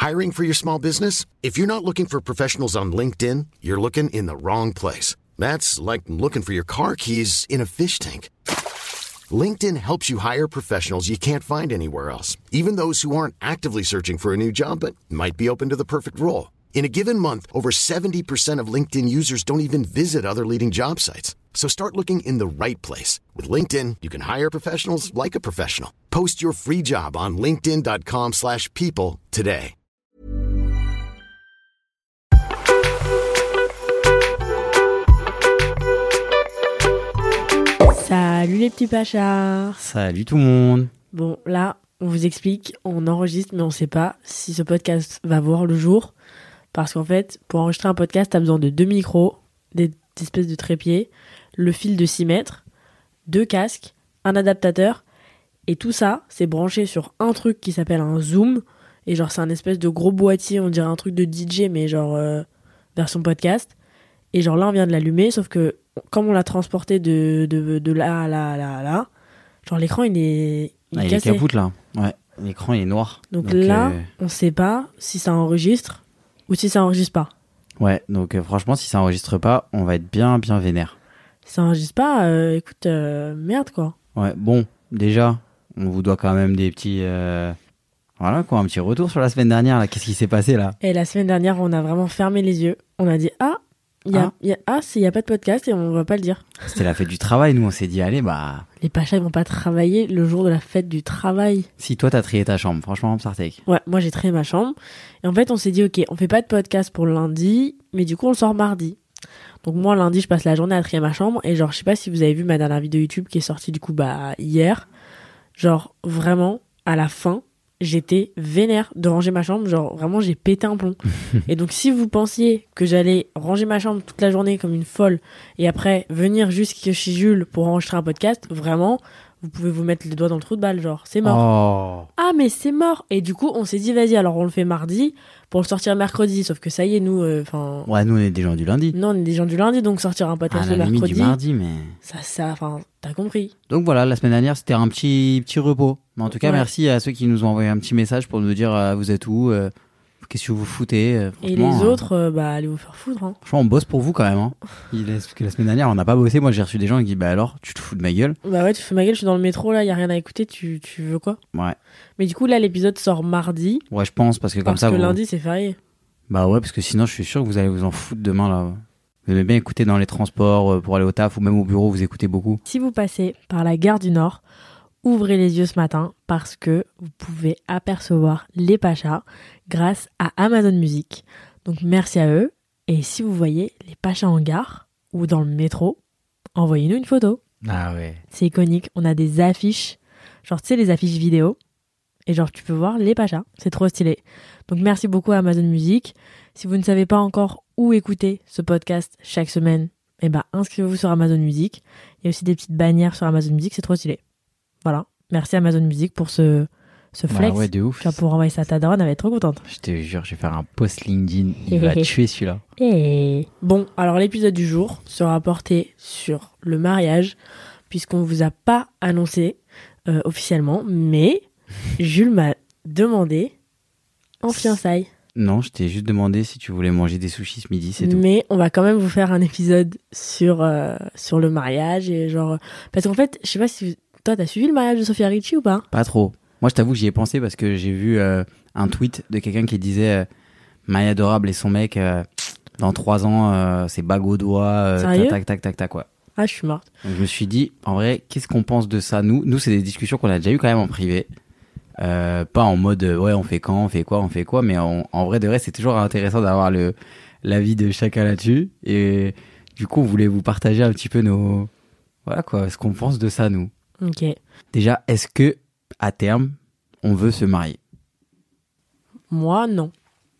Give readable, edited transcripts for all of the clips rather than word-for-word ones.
Hiring for your small business? If you're not looking for professionals on LinkedIn, you're looking in the wrong place. That's like looking for your car keys in a fish tank. LinkedIn helps you hire professionals you can't find anywhere else, even those who aren't actively searching for a new job but might be open to the perfect role. In a given month, over 70% of LinkedIn users don't even visit other leading job sites. So start looking in the right place. With LinkedIn, you can hire professionals like a professional. Post your free job on linkedin.com/people today. Salut les petits pachards. Salut tout le monde. Bon, là, on vous explique, on enregistre, mais on sait pas si ce podcast va voir le jour. Parce qu'en fait, pour enregistrer un podcast, t'as besoin de 2 micros, des espèces de trépieds, le fil de 6 mètres, 2 casques, un adaptateur. Et tout ça, c'est branché sur un truc qui s'appelle un Zoom. Et genre, c'est un espèce de gros boîtier, on dirait un truc de DJ, mais genre version podcast. Et genre là, on vient de l'allumer, sauf que comme on l'a transporté de là à là, genre l'écran, il est il cassé. est capoute là. Ouais, l'écran il est noir. Donc là, on sait pas si ça enregistre ou si ça enregistre pas. Ouais, donc franchement, si ça enregistre pas, on va être bien vénère. Si ça enregistre pas, écoute, merde quoi. Ouais, bon, déjà, on vous doit quand même des petits... Voilà quoi, un petit retour sur la semaine dernière là. Qu'est-ce qui s'est passé là? Et la semaine dernière, on a vraiment fermé les yeux. On a dit, il y a pas de podcast et on va pas le dire. C'était la fête du travail, nous on s'est dit, allez bah... Les pachas ils vont pas travailler le jour de la fête du travail. Si toi t'as trié ta chambre, franchement, Psartek. Ouais, moi j'ai trié ma chambre. Et en fait on s'est dit, ok, on fait pas de podcast pour lundi, mais du coup on le sort mardi. Donc moi lundi je passe la journée à trier ma chambre. Et genre je sais pas si vous avez vu ma dernière vidéo YouTube qui est sortie du coup hier. Genre vraiment à la fin j'étais vénère de ranger ma chambre, genre vraiment j'ai pété un plomb. Et donc si vous pensiez que j'allais ranger ma chambre toute la journée comme une folle et après venir jusqu'à chez Jules pour enregistrer un podcast, vraiment, vous pouvez vous mettre les doigts dans le trou de balle, genre c'est mort. Oh. Ah mais c'est mort. Et du coup on s'est dit vas-y alors on le fait mardi pour le sortir mercredi, sauf que ça y est nous, ouais, nous on est des gens du lundi. Non on est des gens du lundi, donc sortir un podcast le mercredi. Du mardi, mais... Ça, t'as compris. Donc voilà, la semaine dernière c'était un petit repos. Mais en tout cas, ouais. Merci à ceux qui nous ont envoyé un petit message pour nous dire vous êtes où, qu'est-ce que vous foutez. Et les autres, allez vous faire foutre. Hein. Franchement, on bosse pour vous quand même. Hein. Parce que la semaine dernière, on n'a pas bossé. Moi, j'ai reçu des gens qui disent bah alors, tu te fous de ma gueule. Bah ouais, tu te fous de ma gueule, je suis dans le métro là, y a rien à écouter, tu veux quoi? Ouais. Mais du coup, là, l'épisode sort mardi. Ouais, je pense, parce que comme ça. Parce que lundi, c'est férié. Bah ouais, parce que sinon, je suis sûr que vous allez vous en foutre demain là. Vous aimez bien écouter dans les transports pour aller au taf ou même au bureau, vous écoutez beaucoup. Si vous passez par la gare du Nord, ouvrez les yeux ce matin parce que vous pouvez apercevoir les pachas grâce à Amazon Music. Donc merci à eux. Et si vous voyez les pachas en gare ou dans le métro, envoyez-nous une photo. Ah ouais. C'est iconique. On a des affiches, genre tu sais les affiches vidéo. Et genre tu peux voir les pachas. C'est trop stylé. Donc merci beaucoup à Amazon Music. Si vous ne savez pas encore où écouter ce podcast chaque semaine, inscrivez-vous sur Amazon Music. Il y a aussi des petites bannières sur Amazon Music, c'est trop stylé. Voilà, merci Amazon Music pour ce flex. Bah ouais, de ouf. Tu vas pouvoir envoyer ça à ta daronne, elle va être trop contente. Je te jure, je vais faire un post LinkedIn, il va tuer celui-là. Et bon, alors l'épisode du jour sera porté sur le mariage, puisqu'on vous a pas annoncé officiellement, mais Jules m'a demandé en fiançailles. Non, je t'ai juste demandé si tu voulais manger des sushis ce midi, c'est tout. Mais on va quand même vous faire un épisode sur le mariage et genre... Parce qu'en fait, je sais pas si... Toi, t'as suivi le mariage de Sofia Richie ou pas? Pas trop. Moi, je t'avoue que j'y ai pensé parce que j'ai vu un tweet de quelqu'un qui disait Maille adorable et son mec, dans 3 ans, c'est bague au doigt, tac, ouais. Ah, je suis morte. Donc, je me suis dit, en vrai, qu'est-ce qu'on pense de ça? Nous, c'est des discussions qu'on a déjà eu quand même en privé. Pas en mode ouais on fait quand, on fait quoi, mais en vrai de vrai c'est toujours intéressant d'avoir l'avis de chacun là-dessus, et du coup on voulait vous partager un petit peu ce qu'on pense de ça nous. Ok. Déjà, est-ce que à terme on veut se marier? Moi non.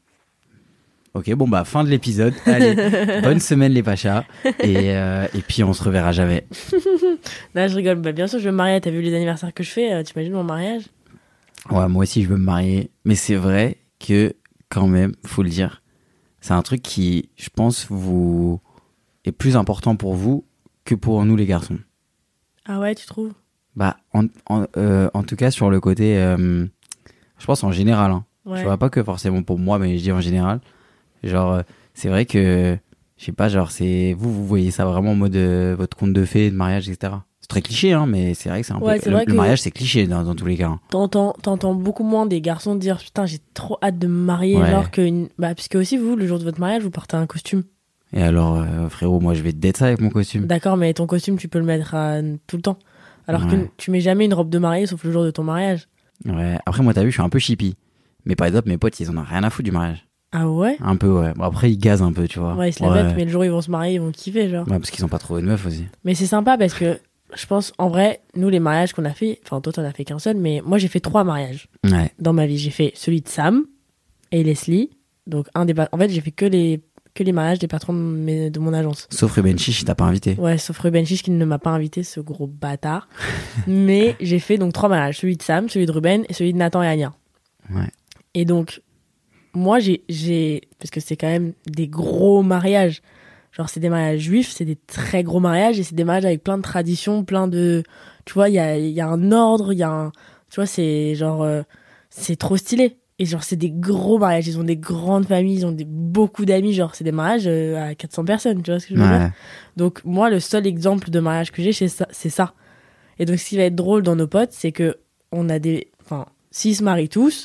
Ok, bon fin de l'épisode. Allez, bonne semaine les pachas, et puis on se reverra jamais. Non, je rigole, bien sûr je vais me marier, t'as vu les anniversaires que je fais, t'imagines mon mariage? Ouais, moi aussi je veux me marier, mais c'est vrai que quand même, faut le dire, c'est un truc qui, je pense, est plus important pour vous que pour nous les garçons. Ah ouais, tu trouves? En tout cas sur le côté, je pense en général, hein. Ouais. Tu vois, pas que forcément pour moi, mais je dis en général. Genre, c'est vrai que, je sais pas, genre, vous voyez ça vraiment en mode votre conte de fées, de mariage, etc. C'est très cliché, hein, mais c'est vrai que c'est un Ouais, peu. c'est vrai Le que- mariage, c'est cliché dans tous les cas. Hein. T'entends beaucoup moins des garçons dire putain, j'ai trop hâte de me marier, Ouais. alors que. Bah, puisque aussi, vous, le jour de votre mariage, vous portez un costume. Et alors, frérot, moi, je vais te date ça avec mon costume. D'accord, mais ton costume, tu peux le mettre tout le temps. Alors que Ouais. tu mets jamais une robe de mariée sauf le jour de ton mariage. Ouais. Après, moi, t'as vu, je suis un peu chippy. Mais par exemple, mes potes, ils en ont rien à foutre du mariage. Ah ouais? Un peu, ouais. Bon, après, ils gazent un peu, tu vois. Ouais, ils se la mettent, mais le jour où ils vont se marier, ils vont kiffer, genre. Ouais, parce qu'ils ont pas trouvé de meuf aussi. Mais c'est sympa parce que je pense, en vrai, nous, les mariages qu'on a fait, enfin, toi, t'en as fait qu'un seul, mais moi, j'ai fait 3 mariages Ouais. dans ma vie. J'ai fait celui de Sam et Leslie. Donc, en fait, j'ai fait que les mariages des patrons de mon agence. Sauf Ruben Chiche, il t'a pas invité. Ouais, sauf Ruben Chiche qui ne m'a pas invité, ce gros bâtard. Mais j'ai fait donc 3 mariages. Celui de Sam, celui de Ruben et celui de Nathan et Anya. Ouais. Et donc, moi, parce que c'est quand même des gros mariages. Genre, c'est des mariages juifs, c'est des très gros mariages et c'est des mariages avec plein de traditions, plein de. Tu vois, il y a un ordre, il y a un. Tu vois, c'est genre. C'est trop stylé. Et genre, c'est des gros mariages. Ils ont des grandes familles, ils ont beaucoup d'amis. Genre, c'est des mariages à 400 personnes, tu vois ce que je veux dire? Ouais. Donc, moi, le seul exemple de mariage que j'ai, c'est ça. Et donc, ce qui va être drôle dans nos potes, c'est que on a des. Enfin, s'ils se marient tous,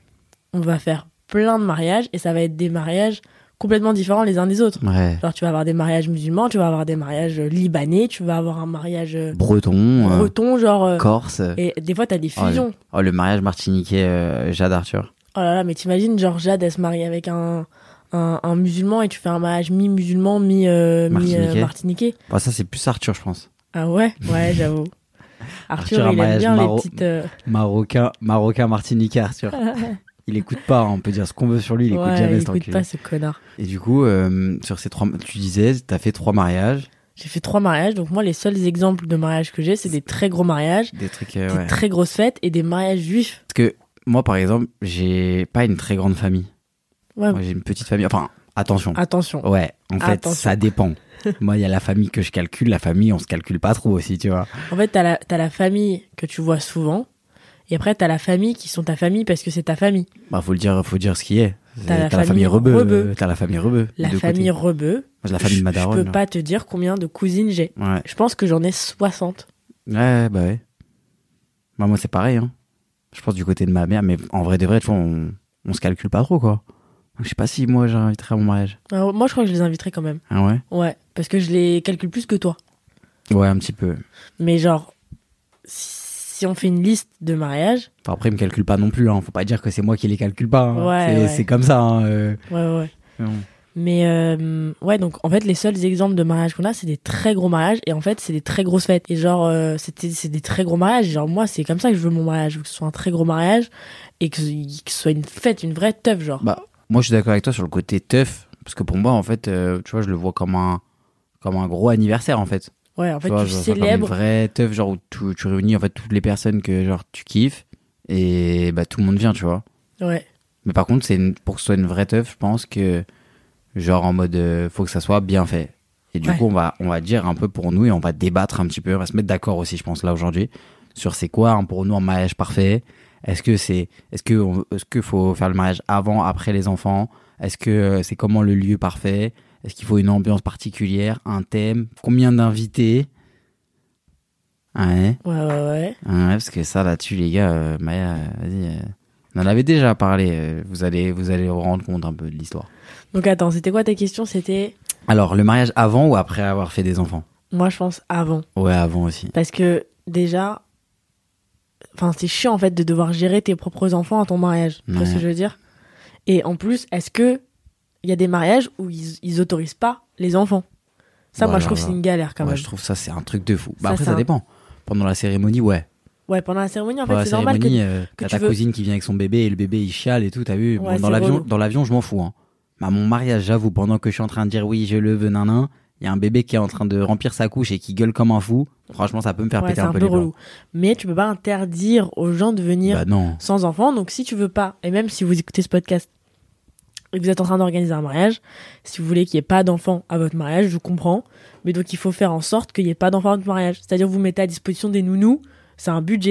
on va faire plein de mariages et ça va être des mariages complètement différents les uns des autres. Ouais. Genre, tu vas avoir des mariages musulmans, tu vas avoir des mariages libanais, tu vas avoir un mariage Breton, breton, genre. Corse. Et des fois, t'as des fusions. Oh, le mariage martiniquais Jade Arthur. Oh là là, mais t'imagines, genre, Jade, elle se marie avec un musulman et tu fais un mariage mi-musulman, mi-martiniquais. Bon, ça, c'est plus Arthur, je pense. Ah ouais? Ouais, j'avoue. Arthur, Arthur, un il aime mariage bien les petites. Marocain martiniquais, Arthur. Il écoute pas, hein, on peut dire ce qu'on veut sur lui, il écoute Ouais, jamais il cet écoute enculé. pas ce connard. Et du coup, sur ces 3, tu disais, t'as fait 3 mariages, J'ai fait 3 mariages, donc moi, les seuls exemples de mariages que j'ai, c'est des très gros mariages, des trucs, des ouais. très grosses fêtes et des mariages juifs. Parce que moi, par exemple, j'ai pas une très grande famille. Ouais, Moi, j'ai une petite famille. Enfin, attention. attention. Ouais, en fait, Attention. ça dépend. Moi, il y a la famille que je calcule, la famille, on se calcule pas trop aussi, tu vois. En fait, t'as la famille que tu vois souvent, et après, t'as la famille qui sont ta famille parce que c'est ta famille. Bah, faut dire ce qui est. T'as la T'as la famille famille Rebeu. Rebeu. T'as la famille Rebeu. La des deux famille côtés. Rebeu. Moi, j'ai la famille Je Madaron. peux pas te dire combien de cousines j'ai. Ouais. Je pense que j'en ai 60. Ouais, bah ouais. Bah, moi, c'est pareil, hein. Je pense du côté de ma mère, mais en vrai de vrai, tu vois, on se calcule pas trop, quoi. Je sais pas si moi, j'inviterais à mon mariage. Alors, moi, je crois que je les inviterai quand même. Ah ouais? Ouais, parce que je les calcule plus que toi. Ouais, un petit peu. Mais genre, si on fait une liste de mariages, Enfin, après, ils me calculent pas non plus, hein. Faut pas dire que c'est moi qui les calcule pas. Hein. Ouais. C'est comme ça, hein. ouais. Non. Mais ouais, donc en fait, les seuls exemples de mariages qu'on a, c'est des très gros mariages et en fait, c'est des très grosses fêtes. Et genre, c'est des très gros mariages. Genre, moi, c'est comme ça que je veux mon mariage. Je veux que ce soit un très gros mariage et que ce soit une fête, une vraie teuf, genre. Bah, moi, je suis d'accord avec toi sur le côté teuf. Parce que pour moi, en fait, tu vois, je le vois comme un gros anniversaire, en fait. Ouais, en fait, Tu vois, tu je vois ça comme une célèbres. vraie teuf, genre où tu réunis en fait toutes les personnes que genre tu kiffes et bah tout le monde vient, tu vois. Ouais. Mais par contre, pour que ce soit une vraie teuf, je pense que genre en mode faut que ça soit bien fait. Et du Ouais. coup, on va dire un peu pour nous et on va débattre un petit peu, on va se mettre d'accord aussi, je pense là aujourd'hui sur c'est quoi hein, pour nous un mariage parfait. Est-ce que faut faire le mariage avant, après les enfants? Est-ce que c'est comment le lieu parfait? Est-ce qu'il faut une ambiance particulière, un thème? Combien d'invités? Ouais. Ouais. Ouais, parce que ça, là-dessus, les gars, Maya, vas-y. On en avait déjà parlé. Vous allez vous rendre compte un peu de l'histoire. Donc attends, c'était quoi ta question? C'était. Alors, le mariage avant ou après avoir fait des enfants? Moi, je pense avant. Ouais, avant aussi. Parce que déjà. Enfin, c'est chiant en fait de devoir gérer tes propres enfants à ton mariage. Tu vois Ouais. ce que je veux dire? Et en plus, est-ce que il y a des mariages où ils autorisent pas les enfants? Ça, Ouais, moi, je trouve alors que c'est une galère quand Ouais, même. je trouve ça, c'est un truc de fou. Bah, Ça, après, c'est ça un- dépend. Pendant la cérémonie, ouais. Ouais, pendant la cérémonie, en Pendant fait, la c'est normal que. cérémonie, que t'as tu ta veux- cousine qui vient avec son bébé et le bébé il chiale et tout, t'as vu? Ouais, Bon, c'est relou. dans l'avion, je m'en fous. Hein. Mais à mon mariage, j'avoue, pendant que je suis en train de dire oui, je le veux, nanan, il y a un bébé qui est en train de remplir sa couche et qui gueule comme un fou. Franchement, ça peut me faire Ouais, péter c'est un un peu peu les plombs. relou. Mais tu peux pas interdire aux gens de venir Bah non. sans enfants. Donc, si tu veux pas, et même si vous écoutez ce podcast et que vous êtes en train d'organiser un mariage, si vous voulez qu'il n'y ait pas d'enfants à votre mariage, je comprends. Mais donc, il faut faire en sorte qu'il n'y ait pas d'enfants à votre mariage. C'est-à-dire, vous mettez à disposition des nounous. C'est un budget.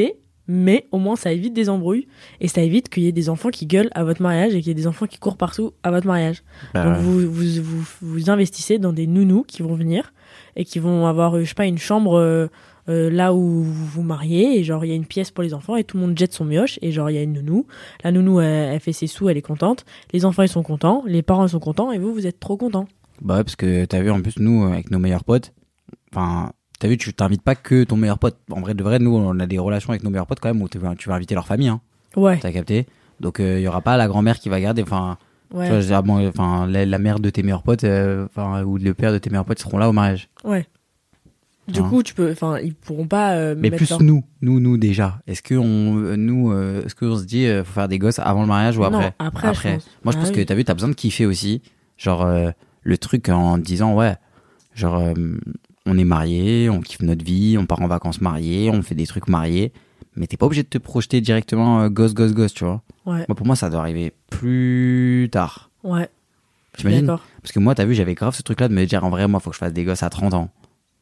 mais au moins ça évite des embrouilles et ça évite qu'il y ait des enfants qui gueulent à votre mariage et qu'il y ait des enfants qui courent partout à votre mariage. Donc vous investissez dans des nounous qui vont venir et qui vont avoir, je sais pas, une chambre là où vous vous mariez et genre il y a une pièce pour les enfants et tout le monde jette son mioche et genre il y a une nounou. La nounou elle fait ses sous, elle est contente. Les enfants ils sont contents, les parents ils sont contents et vous êtes trop contents. Bah ouais, parce que t'as vu, en plus, nous, avec nos meilleurs potes, enfin, t'as vu, tu t'invites pas que ton meilleur pote. En vrai, de vrai, nous, on a des relations avec nos meilleurs potes quand même où tu vas inviter leur famille, hein. Ouais. T'as capté? Donc, il y aura pas la grand-mère qui va garder, enfin, Ouais. tu vois, je veux dire, bon, enfin, la mère de tes meilleurs potes, enfin, ou le père de tes meilleurs potes seront là au mariage. Ouais. Du Hein. coup, ils pourront pas Mais mettre plus leur... nous déjà. Est-ce qu'on se dit, faut faire des gosses avant le mariage ou après? Non, après. Je pense. Moi, je pense que oui. t'as vu, t'as besoin de kiffer aussi. Genre, le truc en disant, ouais, genre, on est mariés, on kiffe notre vie, on part en vacances mariés, on fait des trucs mariés. Mais t'es pas obligé de te projeter directement gosse, tu vois. Ouais. Moi, pour moi, ça doit arriver plus tard. Ouais. Je suis T'imagines? d'accord. Parce que moi, t'as vu, j'avais grave ce truc-là de me dire, en vrai, moi, faut que je fasse des gosses à 30 ans.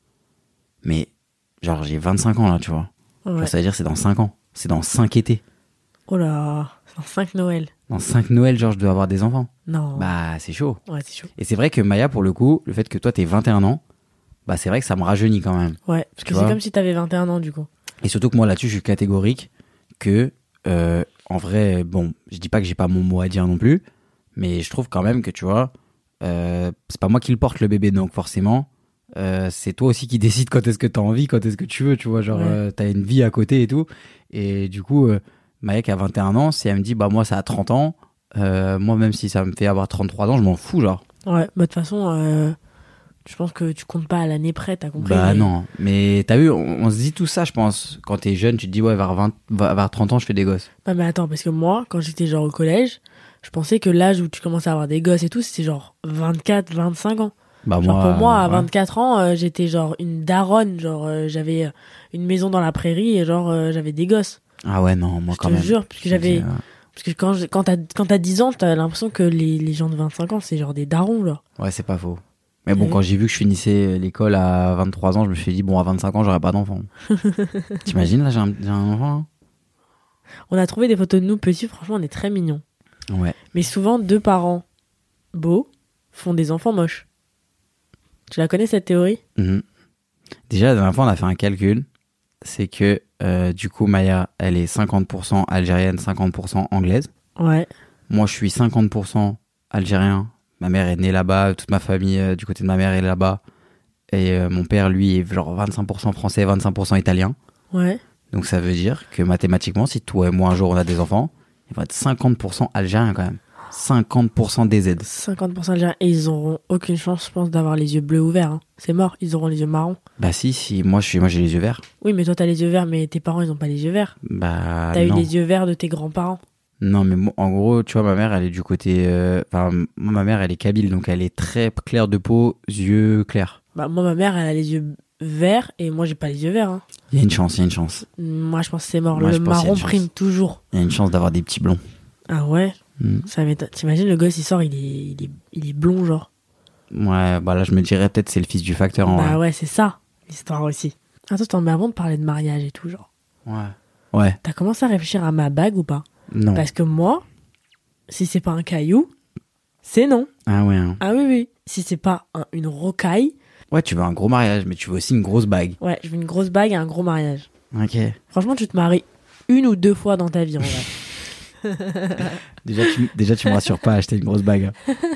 Mais, genre, j'ai 25 ans, là, tu vois. Ouais. Genre, ça veut dire, c'est dans 5 ans. C'est dans 5 étés. Oh là, c'est dans 5 Noël. Dans 5 Noël, genre, je dois avoir des enfants. Non. Bah, c'est chaud. Ouais, c'est chaud. Et c'est vrai que Maya, pour le coup, le fait que toi, t'aies 21 ans, bah, c'est vrai que ça me rajeunit quand même. Ouais, parce que Tu c'est vois comme si t'avais 21 ans, du coup. Et surtout que moi, là-dessus, je suis catégorique que, en vrai, bon, je dis pas que j'ai pas mon mot à dire non plus, mais je trouve quand même que, tu vois, c'est pas moi qui le porte, le bébé, donc forcément, c'est toi aussi qui décides quand est-ce que t'as envie, quand est-ce que tu veux, tu vois, genre, Ouais. t'as une vie à côté et tout. Et du coup, Maya qui a 21 ans, si elle me dit, bah, moi, ça a 30 ans, moi, même si ça me fait avoir 33 ans, je m'en fous, genre. Ouais, bah de toute façon, je pense que tu comptes pas à l'année près, t'as compris. Bah mais- non, mais t'as vu, on se dit tout ça, je pense. Quand t'es jeune, tu te dis, ouais, vers 30 ans, je fais des gosses. Non mais attends, parce que moi, quand j'étais genre au collège, je pensais que l'âge où tu commençais à avoir des gosses et tout, c'était genre 24, 25 ans. Bah, Genre pour moi, à ouais. 24 ans, j'étais genre une daronne, genre j'avais une maison dans la prairie et genre j'avais des gosses. Ah ouais, non, moi Je quand te même. jure, parce que Je me dis, j'avais... Parce que quand t'as 10 ans, t'as l'impression que les gens de 25 ans, c'est genre des darons, genre. ouais, c'est pas faux. Mais bon, Mhm. quand j'ai vu que je finissais l'école à 23 ans, je me suis dit, bon, à 25 ans, j'aurai pas d'enfant. T'imagines, là, j'ai un enfant, hein. On a trouvé des photos de nous petits, franchement, on est très mignons. Ouais. Mais souvent, deux parents beaux font des enfants moches. Tu la connais, cette théorie? Mhm. Déjà, la dernière fois, on a fait un calcul. C'est que, du coup, Maya, elle est 50% algérienne, 50% anglaise. Ouais. Moi, je suis 50% algérien. Ma mère est née là-bas. Toute ma famille, du côté de ma mère, est là-bas. Et mon père, lui, est genre 25% français, 25% italien. Ouais. Donc, ça veut dire que mathématiquement, si toi et moi, un jour, on a des enfants, ils vont être 50% algériens quand même. 50% DZ. 50% algériens. Et ils auront aucune chance, je pense, d'avoir les yeux bleus ou verts. Hein. C'est mort, ils auront les yeux marrons. Bah si, moi j'ai les yeux verts. Oui, mais toi, t'as les yeux verts, mais tes parents, ils ont pas les yeux verts. Bah T'as eu non. les yeux verts de tes grands-parents. Non, mais en gros, tu vois, ma mère, elle est du côté... Enfin, moi, ma mère, elle est kabyle, donc elle est très claire de peau, yeux clairs. Bah, moi, ma mère, elle a les yeux verts et moi, j'ai pas les yeux verts. Hein. Il y a une chance, il y a une chance. Moi, je pense que c'est mort. Moi, Le je pense qu'il y a marron une chance. prime toujours. Il y a une chance d'avoir des petits blonds. Ah ouais? Mm. Ça m'étonne. T'imagines, le gosse, il sort, il est blond, genre. Ouais, bah là, je me dirais peut-être c'est le fils du facteur en Bah vrai. ouais, c'est ça, l'histoire aussi. Attends, mais avant de parler de mariage et tout, genre, Ouais. Ouais, t'as commencé à réfléchir à ma bague ou pas? non. Parce que moi, si c'est pas un caillou, c'est non. Ah ouais. Hein. Ah oui, oui. Si c'est pas une rocaille, Ouais, tu veux un gros mariage, mais tu veux aussi une grosse bague. ouais, je veux une grosse bague et un gros mariage. Ok. Franchement, tu te maries 1 ou 2 fois dans ta vie, en vrai. Déjà, tu me rassures pas à acheter une grosse bague.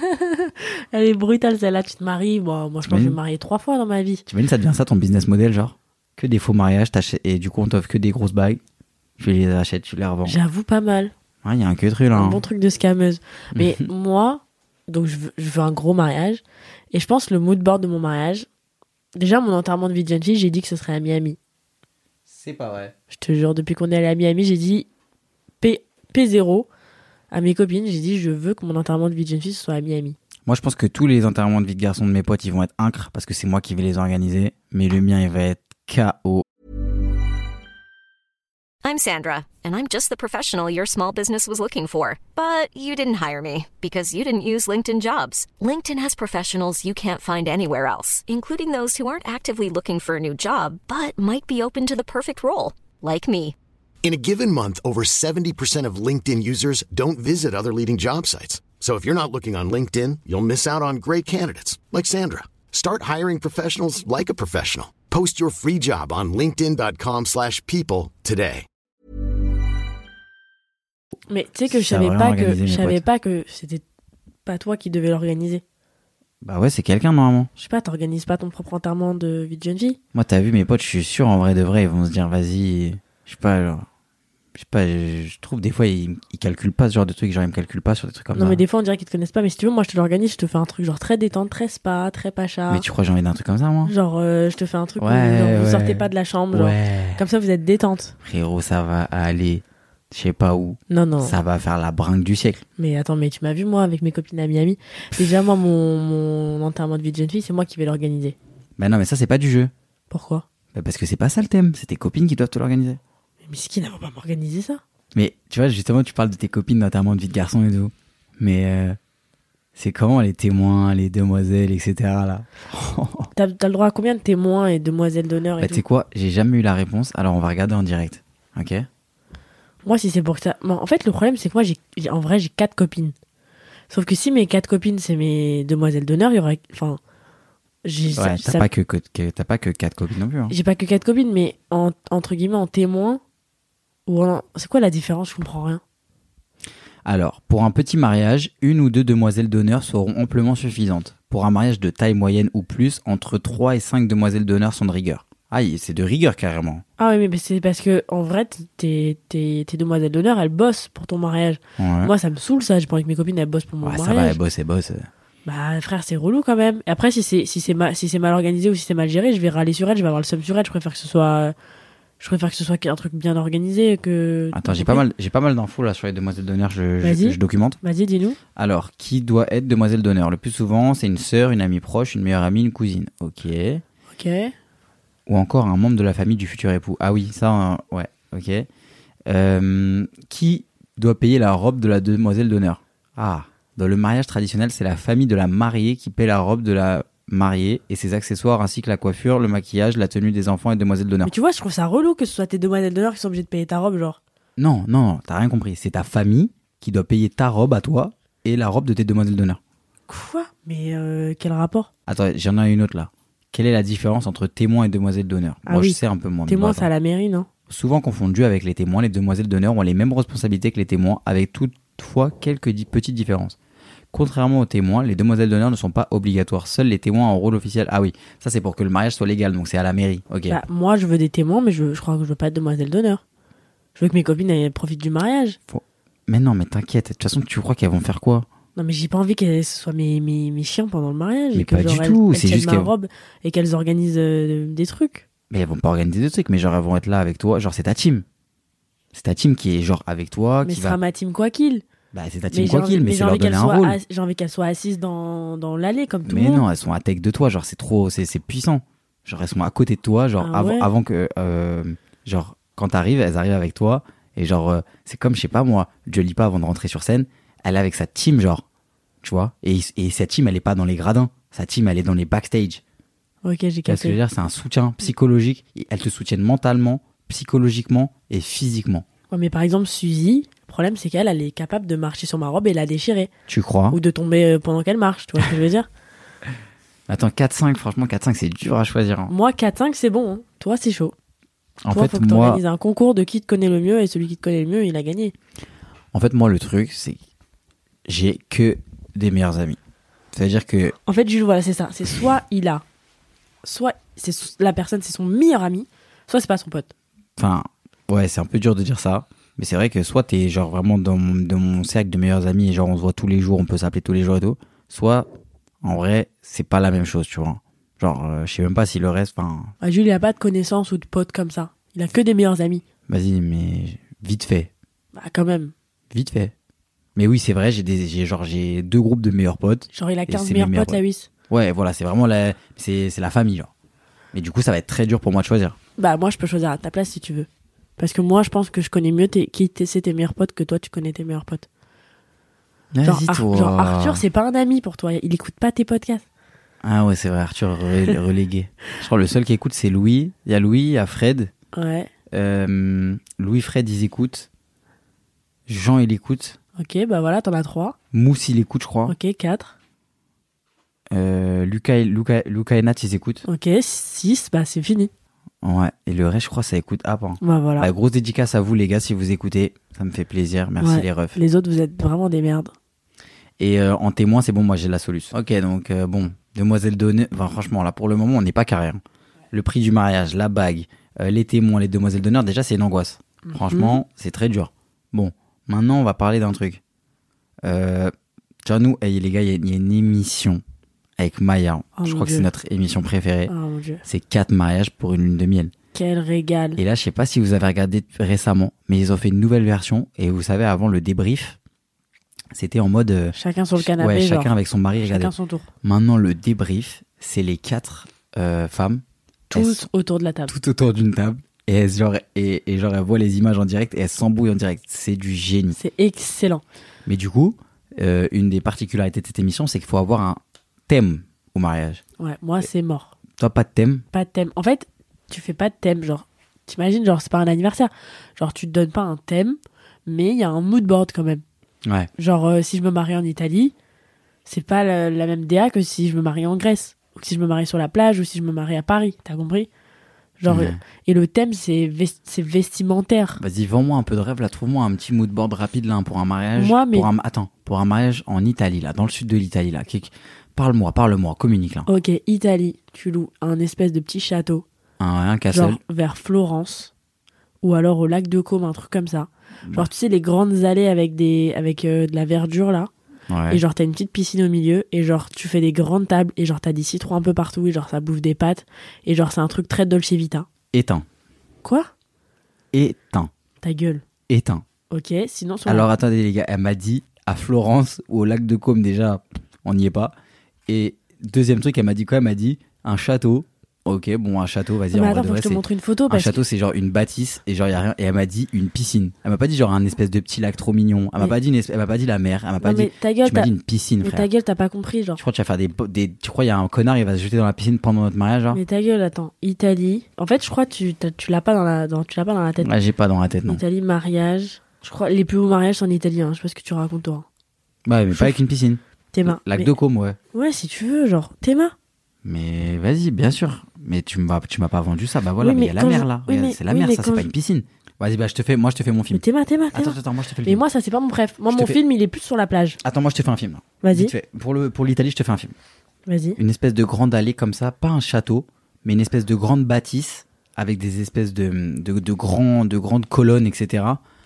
Elle est brutale, celle-là. Tu te maries. Bon, moi, je pense que je vais me marier 3 fois dans ma vie. Tu imagines, ça devient ça ton business model, genre que des faux mariages, et du coup, on t'offre que des grosses bagues. Tu les achètes, tu les revends. J'avoue, pas mal. Ouais, il y a un que truc là. Un Hein. bon truc de scammeuse. Mais moi, donc je veux un gros mariage. Et je pense le mood board de mon mariage. Déjà, mon enterrement de vie de jeune fille, j'ai dit que ce serait à Miami. C'est pas vrai. Je te jure, depuis qu'on est allé à Miami, j'ai dit P0 à mes copines. J'ai dit, je veux que mon enterrement de vie de jeune fille ce soit à Miami. Moi, je pense que tous les enterrements de vie de garçon de mes potes, ils vont être incres parce que c'est moi qui vais les organiser. Mais le mien, il va être KO. I'm Sandra, and I'm just the professional your small business was looking for. But you didn't hire me because you didn't use LinkedIn Jobs. LinkedIn has professionals you can't find anywhere else, including those who aren't actively looking for a new job, but might be open to the perfect role, like me. In a given month, over 70% of LinkedIn users don't visit other leading job sites. So if you're not looking on LinkedIn, you'll miss out on great candidates like Sandra. Start hiring professionals like a professional. Post your free job on linkedin.com/people today. Mais tu sais que je savais pas que c'était pas toi qui devais l'organiser. Bah ouais, c'est quelqu'un normalement. Je sais pas, t'organises pas ton propre enterrement de vie de jeune fille? Moi, t'as vu mes potes, je suis sûr en vrai de vrai, ils vont se dire vas-y, je trouve des fois ils calculent pas ce genre de trucs, genre ils me calculent pas sur des trucs comme ça. Non mais des fois on dirait qu'ils te connaissent pas, mais si tu veux moi je te l'organise, je te fais un truc genre très détente, très spa, très pacha. Mais tu crois que j'ai envie d'un truc comme ça moi? Genre je te fais un truc où genre, vous sortez pas de la chambre, genre comme ça vous êtes détente. Frérot, ça va aller je sais pas où. Non. Ça va faire la brinque du siècle. Mais attends, mais tu m'as vu moi avec mes copines à Miami. Déjà moi mon enterrement de vie de jeune fille, c'est moi qui vais l'organiser. Bah non mais ça c'est pas du jeu. Pourquoi? Bah parce que c'est pas ça le thème, c'est tes copines qui doivent te l'organiser. Mais qui n'a pas m'organiser ça? Mais tu vois, justement, tu parles de tes copines, notamment de vie de garçon et tout. Mais c'est comment les témoins, les demoiselles, etc. là? T'as le droit à combien de témoins et demoiselles d'honneur et Bah tout? tu sais quoi, j'ai jamais eu la réponse, alors on va regarder en direct. Ok? Moi, si c'est pour que ça... Bon, en fait, le problème, c'est que moi, en vrai, j'ai 4 copines. Sauf que si mes 4 copines, c'est mes demoiselles d'honneur, il y aurait... Enfin... Ouais, t'as pas que 4 copines non plus. Hein. J'ai pas que 4 copines, mais entre guillemets, en témoin... Ou en... C'est quoi la différence? Je comprends rien. Alors, pour un petit mariage, 1 ou 2 demoiselles d'honneur seront amplement suffisantes. Pour un mariage de taille moyenne ou plus, entre 3 et 5 demoiselles d'honneur sont de rigueur. Ah, c'est de rigueur carrément. Ah oui, mais c'est parce que en vrai, tes demoiselles d'honneur, elles bossent pour ton mariage. Ouais. Moi, ça me saoule ça. J'ai pas envie que mes copines elles bossent pour mon mariage. Ça va, elles bossent. Bah frère, c'est relou quand même. Et après, si c'est mal organisé ou si c'est mal géré, je vais râler sur elles, je vais avoir le seum sur elles. Je préfère que ce soit un truc bien organisé que. Attends, j'ai pas mal d'infos là sur les demoiselles d'honneur. Je documente. Vas-y, dis-nous. Alors, qui doit être demoiselle d'honneur? Le plus souvent, c'est une sœur, une amie proche, une meilleure amie, une cousine. Ok. Ou encore un membre de la famille du futur époux. Ah oui, ça, ouais, ok. Qui doit payer la robe de la demoiselle d'honneur? Ah, dans le mariage traditionnel, c'est la famille de la mariée qui paie la robe de la mariée et ses accessoires ainsi que la coiffure, le maquillage, la tenue des enfants et demoiselles d'honneur. Mais tu vois, je trouve ça relou que ce soit tes demoiselles d'honneur qui sont obligées de payer ta robe, genre. Non, t'as rien compris. C'est ta famille qui doit payer ta robe à toi et la robe de tes demoiselles d'honneur. Quoi? Mais quel rapport? Attends, j'en ai une autre là. Quelle est la différence entre témoin et demoiselle d'honneur? Moi, oui. je sais un peu moins. Témoin, c'est à la mairie, non? Souvent confondu avec les témoins, les demoiselles d'honneur ont les mêmes responsabilités que les témoins, avec toutefois quelques petites différences. Contrairement aux témoins, les demoiselles d'honneur ne sont pas obligatoires. Seuls les témoins en rôle officiel. Ah oui, ça c'est pour que le mariage soit légal, donc c'est à la mairie. Ok. Bah, moi, je veux des témoins, mais je crois que je veux pas de demoiselles d'honneur. Je veux que mes copines elles profitent du mariage. Mais non, mais t'inquiète. De toute façon, tu crois qu'elles vont faire quoi? Non, mais j'ai pas envie qu'elles soient mes chiens pendant le mariage. Mais et que, pas genre, du tout. Elles C'est juste ma qu'elles... robe et qu'elles organisent des trucs. Mais elles vont pas organiser des trucs, mais genre elles vont être là avec toi. Genre c'est ta team. C'est ta team qui est genre avec toi. Mais qui ce sera ma team quoi qu'il. Bah c'est ta team quoi qu'il, mais c'est leur donner un rôle. J'ai envie qu'elles soient assises dans l'allée comme tout le monde. monde. Mais non, elles sont à tech de toi. Genre c'est trop, c'est puissant. Genre elles sont à côté de toi. Genre avant que, genre quand elles arrivent avec toi. Et genre c'est comme je sais pas moi, Dua Lipa avant de rentrer sur scène, elle est avec sa team genre. Tu vois, et sa team elle est pas dans les gradins, sa team elle est dans les backstage. Ok, j'ai capté. Ce que je veux dire, c'est un soutien psychologique. Elles te soutiennent mentalement, psychologiquement et physiquement. Ouais, mais par exemple Suzy, le problème c'est qu'elle est capable de marcher sur ma robe et la déchirer. Tu crois? Ou de tomber pendant qu'elle marche, tu vois ce que je veux dire? Attends, 4-5, franchement 4-5 c'est dur à choisir. Hein. Moi 4-5 c'est bon, hein. Toi c'est chaud. En toi, fait, faut que t'organises un concours de qui te connaît le mieux et celui qui te connaît le mieux, il a gagné. En fait, moi le truc c'est que j'ai que des meilleurs amis. C'est-à-dire que... En fait, Jules, voilà, c'est ça. C'est soit la personne, c'est son meilleur ami, soit c'est pas son pote. Enfin, ouais, c'est un peu dur de dire ça. Mais c'est vrai que soit t'es genre vraiment dans mon cercle de meilleurs amis et genre on se voit tous les jours, on peut s'appeler tous les jours et tout. Soit, en vrai, c'est pas la même chose, tu vois. Genre, je sais même pas si le reste, enfin... Ah, Jules, il a pas de connaissances ou de potes comme ça. Il a que des meilleurs amis. Vas-y, mais vite fait. Bah, quand même. Vite fait. Mais oui, c'est vrai, j'ai 2 groupes de meilleurs potes. Genre, il a 15 meilleurs potes, la Wiss. Ouais, voilà, c'est vraiment c'est la famille, genre. Mais du coup, ça va être très dur pour moi de choisir. Bah, moi, je peux choisir à ta place si tu veux. Parce que moi, je pense que je connais mieux c'est tes meilleurs potes que toi, tu connais tes meilleurs potes. Genre Arthur, c'est pas un ami pour toi. Il écoute pas tes podcasts. Ah ouais, c'est vrai, Arthur relégué. Je crois que le seul qui écoute, c'est Louis. Il y a Louis, il y a Fred. Ouais. Louis-Fred, ils écoutent. Jean, il écoute. Ok, bah voilà, t'en as 3. Mousse, il écoute, je crois. Ok, 4. Lucas et Nat, ils écoutent. Ok, 6, bah c'est fini. Ouais, et le reste, je crois, ça écoute App. Hein. Bah voilà. Ouais, grosse dédicace à vous, les gars, si vous écoutez. Ça me fait plaisir. Merci, Ouais. les refs. Les autres, vous êtes vraiment des merdes. Et en témoin, c'est bon, moi, j'ai la solution. Ok, donc, bon, demoiselle d'honneur. Enfin, franchement, là, pour le moment, on n'est pas carré. Hein. Le prix du mariage, la bague, les témoins, les demoiselles d'honneur, déjà, c'est une angoisse. Franchement, c'est très dur. Bon, maintenant, on va parler d'un truc. Tu vois, nous, hey, les gars, il y a une émission avec Maya. Oh, je mon crois que Dieu. c'est notre émission préférée. Oh mon Dieu. C'est 4 mariages pour une lune de miel. Quel régal. Et là, je sais pas si vous avez regardé récemment, mais ils ont fait une nouvelle version. Et vous savez, avant le débrief, c'était en mode. Chacun sur le canapé, ouais, genre. chacun avec son mari. Regardez. Chacun son tour. Maintenant, le débrief, c'est les 4 femmes. Tous autour de la table. Tout autour d'une table. Et elles, genre, et genre, elles voient les images en direct et elles s'embrouillent en direct. C'est du génie. C'est excellent. Mais du coup, une des particularités de cette émission, c'est qu'il faut avoir un thème au mariage. Ouais, moi, c'est mort. Toi, pas de thème. Pas de thème. En fait, tu fais pas de thème, genre. T'imagines, genre, c'est pas un anniversaire. Genre, tu te donnes pas un thème, mais il y a un mood board quand même. Ouais. Genre, si je me marie en Italie, c'est pas la même DA que si je me marie en Grèce. Ou si je me marie sur la plage, ou si je me marie à Paris. T'as compris? Genre, Ouais. et le thème, c'est vestimentaire. Vas-y, vends-moi un peu de rêve, là. Trouve-moi un petit mood board rapide, là, pour un mariage. Moi, mais- Pour un mariage en Italie, là, dans le sud de l'Italie, là. Parle-moi, communique, là. Ok, Italie, tu loues un espèce de petit château, Un castle. genre vers Florence, ou alors au lac de Côme, un truc comme ça. Genre, tu sais, les grandes allées avec de la verdure, là. Ouais. Et genre, t'as une petite piscine au milieu, et genre, tu fais des grandes tables, et genre, t'as des citrons un peu partout, et genre, ça bouffe des pâtes, et genre, c'est un truc très Dolce Vita. Éteins. Quoi? Éteins. Ta gueule. Éteins. Ok, sinon, sur Alors, attendez, les gars. Elle m'a dit, à Florence ou au lac de Côme, déjà, on n'y est pas. Et deuxième truc, elle m'a dit quoi? Elle m'a dit, un château. Ok, bon, un château, vas-y, Non, mais en attends, vrai de faut que vrai, je te c'est... montre une photo, Un parce château, c'est genre une bâtisse et genre y a rien. Et elle m'a dit une piscine. Elle m'a pas dit genre un espèce de petit lac trop mignon. Elle m'a Mais- pas dit elle m'a pas dit la mer. Elle m'a pas Non, mais dit. ta gueule, Tu m'as dit une piscine, mais frère. ta gueule, t'as pas compris, genre. Tu crois que tu vas faire tu crois il y a un connard, il va se jeter dans la piscine pendant notre mariage, genre? Mais ta gueule, attends. Italie. En fait, je crois que tu l'as pas tu l'as pas dans la tête. Ah, j'ai pas dans la tête, non. Italie, mariage. Je crois les plus beaux mariages sont en Italie, hein. Je sais pas ce que tu racontes, toi. Ouais, mais pas avec une piscine. Théma. Lac Mais- de Côme, ouais. Ouais, si tu veux, genre, Théma. Mais vas-y, bien sûr. Mais tu m'as pas vendu ça. Bah voilà, Oui, mais il y mais a la quand mer je- là. oui, Regarde, mais- c'est la oui, mer, mais ça, c'est quand pas je- une piscine. Vas-y, bah je te fais mon Mais film. Théma. Attends, moi je te fais le Mais film. moi, ça, c'est pas mon préf. Moi, Je mon te fais- film, il est plus sur la plage. Attends, moi je te fais un film là. Vas-y. Vite fait. Pour l'Italie, je te fais un film. Vas-y. Une espèce de grande allée comme ça, pas un château, mais une espèce de grande bâtisse avec des espèces de grandes colonnes, etc.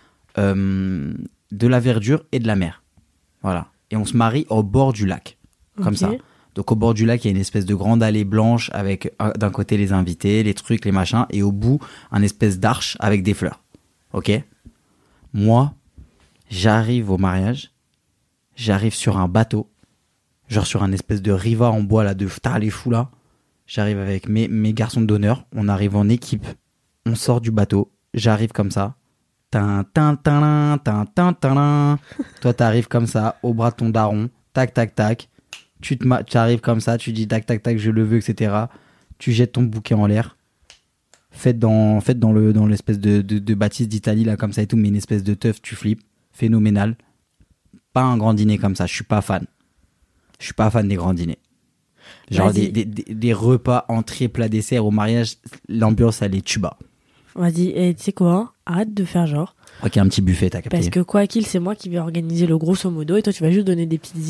De la verdure et de la mer. Voilà. Et on se marie au bord du lac. Comme Ok. ça. Donc au bord du lac, il y a une espèce de grande allée blanche avec d'un côté les invités, les trucs, les machins, et au bout, un espèce d'arche avec des fleurs. Ok? Moi, j'arrive au mariage, j'arrive sur un bateau, genre sur un espèce de riva en bois là, de les fous là. J'arrive avec mes garçons d'honneur, on arrive en équipe, on sort du bateau, j'arrive comme ça. Tin, tin, tin, tin, tin, tin. Toi, t'arrives comme ça, au bras de ton daron, tac, tac, tac. Tu arrives comme ça, tu dis tac, tac, tac, je le veux, etc. Tu jettes ton bouquet en l'air. Faites dans l'espèce de bâtisse d'Italie, là, comme ça et tout, mais une espèce de teuf, tu flippes. Phénoménal. Pas un grand dîner comme ça, je suis pas fan. Je suis pas fan des grands dîners. Genre Vas-y. des repas, entrée, plat, dessert au mariage, l'ambiance, elle est tuba. Vas-y, et tu sais quoi? Arrête de faire genre. Ok, un petit buffet, t'as capté. Parce que quoi qu'il, c'est moi qui vais organiser le grosso modo, et toi, tu vas juste donner des petites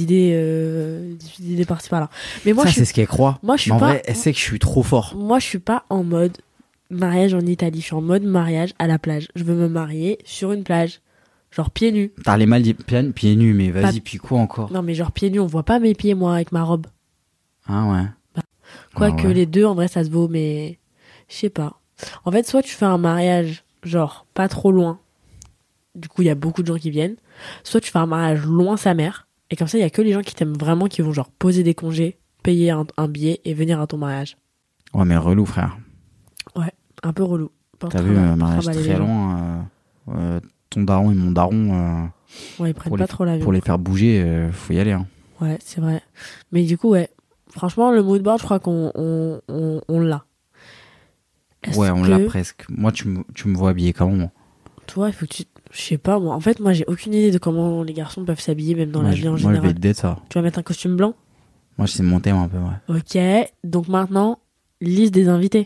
idées par-ci par-là. Mais moi, ça, je suis c'est ce qu'elle croit. moi, je suis Mais en pas- vrai, elle sait que je suis trop fort. Moi, je suis pas en mode mariage en Italie. Je suis en mode mariage à la plage. Je veux me marier sur une plage. Genre pieds nus. T'as les mal dit pieds nus, mais vas-y, Pas- puis quoi encore? Non, mais genre pieds nus, on voit pas mes pieds, moi, avec ma robe. Ah ouais. Quoique Ah ouais. les deux, en vrai, ça se vaut, mais je sais pas. En fait, soit tu fais un mariage, genre, pas trop loin. Du coup, il y a beaucoup de gens qui viennent. Soit tu fais un mariage loin sa mère. Et comme ça, il y a que les gens qui t'aiment vraiment qui vont, genre, poser des congés, payer un billet et venir à ton mariage. Ouais, mais relou, frère. Ouais, un peu relou. Pas T'as vu, un mariage trimballer les très gens. loin. Ton daron et mon daron, Ouais, ils prennent pour pas les- trop l'avion. pour les faire bouger, faut y aller. Hein. Ouais, c'est vrai. Mais du coup, ouais. Franchement, le mood board, je crois qu'on l'a. Ouais, on l'a presque. Moi, tu me vois habillé comment? Toi, il faut que tu... Je sais pas, moi. En fait, moi, j'ai aucune idée de comment les garçons peuvent s'habiller, même dans la vie en général. Moi, je vais te dire ça. Tu vas mettre un costume blanc? Moi, c'est mon thème un peu, ouais. Ok, donc maintenant, liste des invités.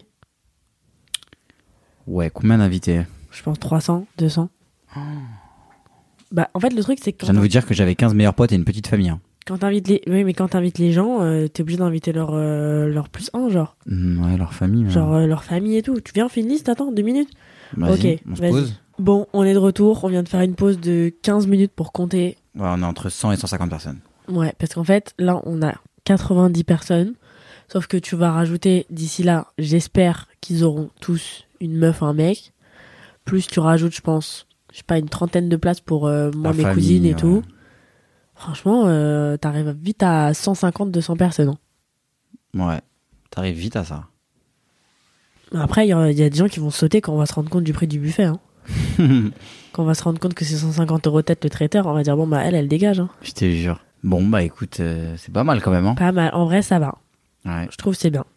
Ouais, combien d'invités? Je pense 300, 200. Bah, en fait, le truc, c'est que je viens de vous dire que j'avais 15 meilleurs potes et une petite famille. Hein. Quand t'invites les... Oui, mais quand t'invites les gens, t'es obligé d'inviter leur plus un, genre. Ouais, leur famille. Genre leur famille et tout. Tu viens, on fait une liste, attends, 2 minutes. Vas-y, ok, on se vas-y. pose. Bon, on est de retour. On vient de faire une pause de 15 minutes pour compter. Ouais, on est entre 100 et 150 personnes. Ouais, parce qu'en fait, là, on a 90 personnes. Sauf que tu vas rajouter, d'ici là, j'espère qu'ils auront tous une meuf, un mec. Plus tu rajoutes, je pense, je sais pas, une trentaine de places pour moi, mes cousines et tout. Franchement, t'arrives vite à 150, 200 personnes. Hein. Ouais, t'arrives vite à ça. Après, il y a des gens qui vont sauter quand on va se rendre compte du prix du buffet. Hein. Quand on va se rendre compte que c'est 150 € tête le traiteur, on va dire, bon, bah, elle dégage. Hein. Je te jure. Bon, bah, écoute, c'est pas mal quand même. Hein. Pas mal. En vrai, ça va. Ouais. Je trouve que c'est bien.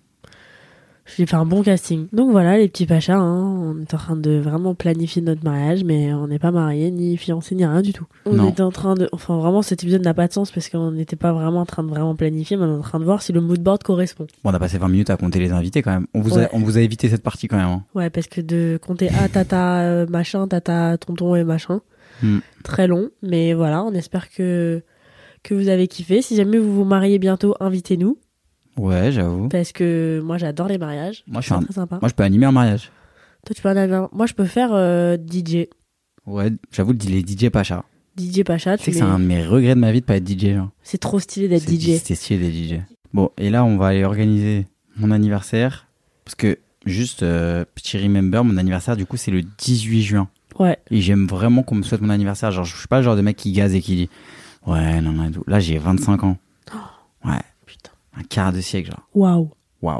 J'ai fait un bon casting. Donc voilà, les petits pachas, hein, on est en train de vraiment planifier notre mariage, mais on n'est pas mariés, ni fiancés, ni rien du tout. On était en train de... Enfin, vraiment, cet épisode n'a pas de sens parce qu'on n'était pas vraiment en train de vraiment planifier, mais on est en train de voir si le mood board correspond. Bon, on a passé 20 minutes à compter les invités quand même. On vous a évité cette partie quand même. Hein. Ouais, parce que de compter tata, machin, tata, tonton et machin, très long. Mais voilà, on espère que vous avez kiffé. Si jamais vous vous mariez bientôt, invitez-nous. Ouais, j'avoue. Parce que moi, j'adore les mariages. Moi, c'est très sympa. Moi, je peux animer un mariage. Toi, tu peux animer Moi, je peux faire DJ. Ouais, j'avoue, les DJ Pacha. DJ Pacha, tu sais que c'est un de mes regrets de ma vie de pas être DJ. Genre. C'est trop stylé d'être DJ. C'est stylé d'être DJ. Bon, et là, on va aller organiser mon anniversaire. Parce que, juste, petit remember, mon anniversaire, du coup, c'est le 18 juin. Ouais. Et j'aime vraiment qu'on me souhaite mon anniversaire. Genre, je suis pas le genre de mec qui gaze et qui dit ouais, non, et tout. Là, j'ai 25 ans. Ouais. Putain. Un quart de siècle, genre. Waouh.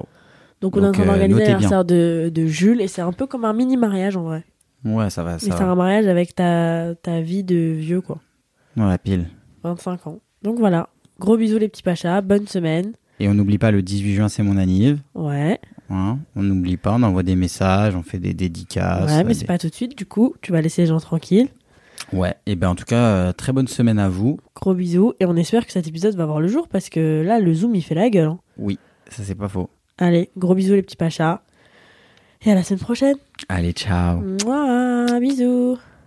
Donc, on est en train d'organiser l'anniversaire de Jules et c'est un peu comme un mini-mariage en vrai. Ouais, ça va. Mais c'est un mariage avec ta vie de vieux, quoi. Ouais, pile. 25 ans. Donc voilà. Gros bisous, les petits pachas. Bonne semaine. Et on n'oublie pas, le 18 juin, c'est mon anniv. Ouais. Hein, on n'oublie pas, on envoie des messages, on fait des dédicaces. Ouais, mais c'est pas tout de suite, du coup, tu vas laisser les gens tranquilles. Ouais, et ben en tout cas, très bonne semaine à vous. Gros bisous, et on espère que cet épisode va voir le jour, parce que là, le Zoom, il fait la gueule. Hein. Oui, ça c'est pas faux. Allez, gros bisous les petits pachas, et à la semaine prochaine. Allez, ciao. Mouah, bisous.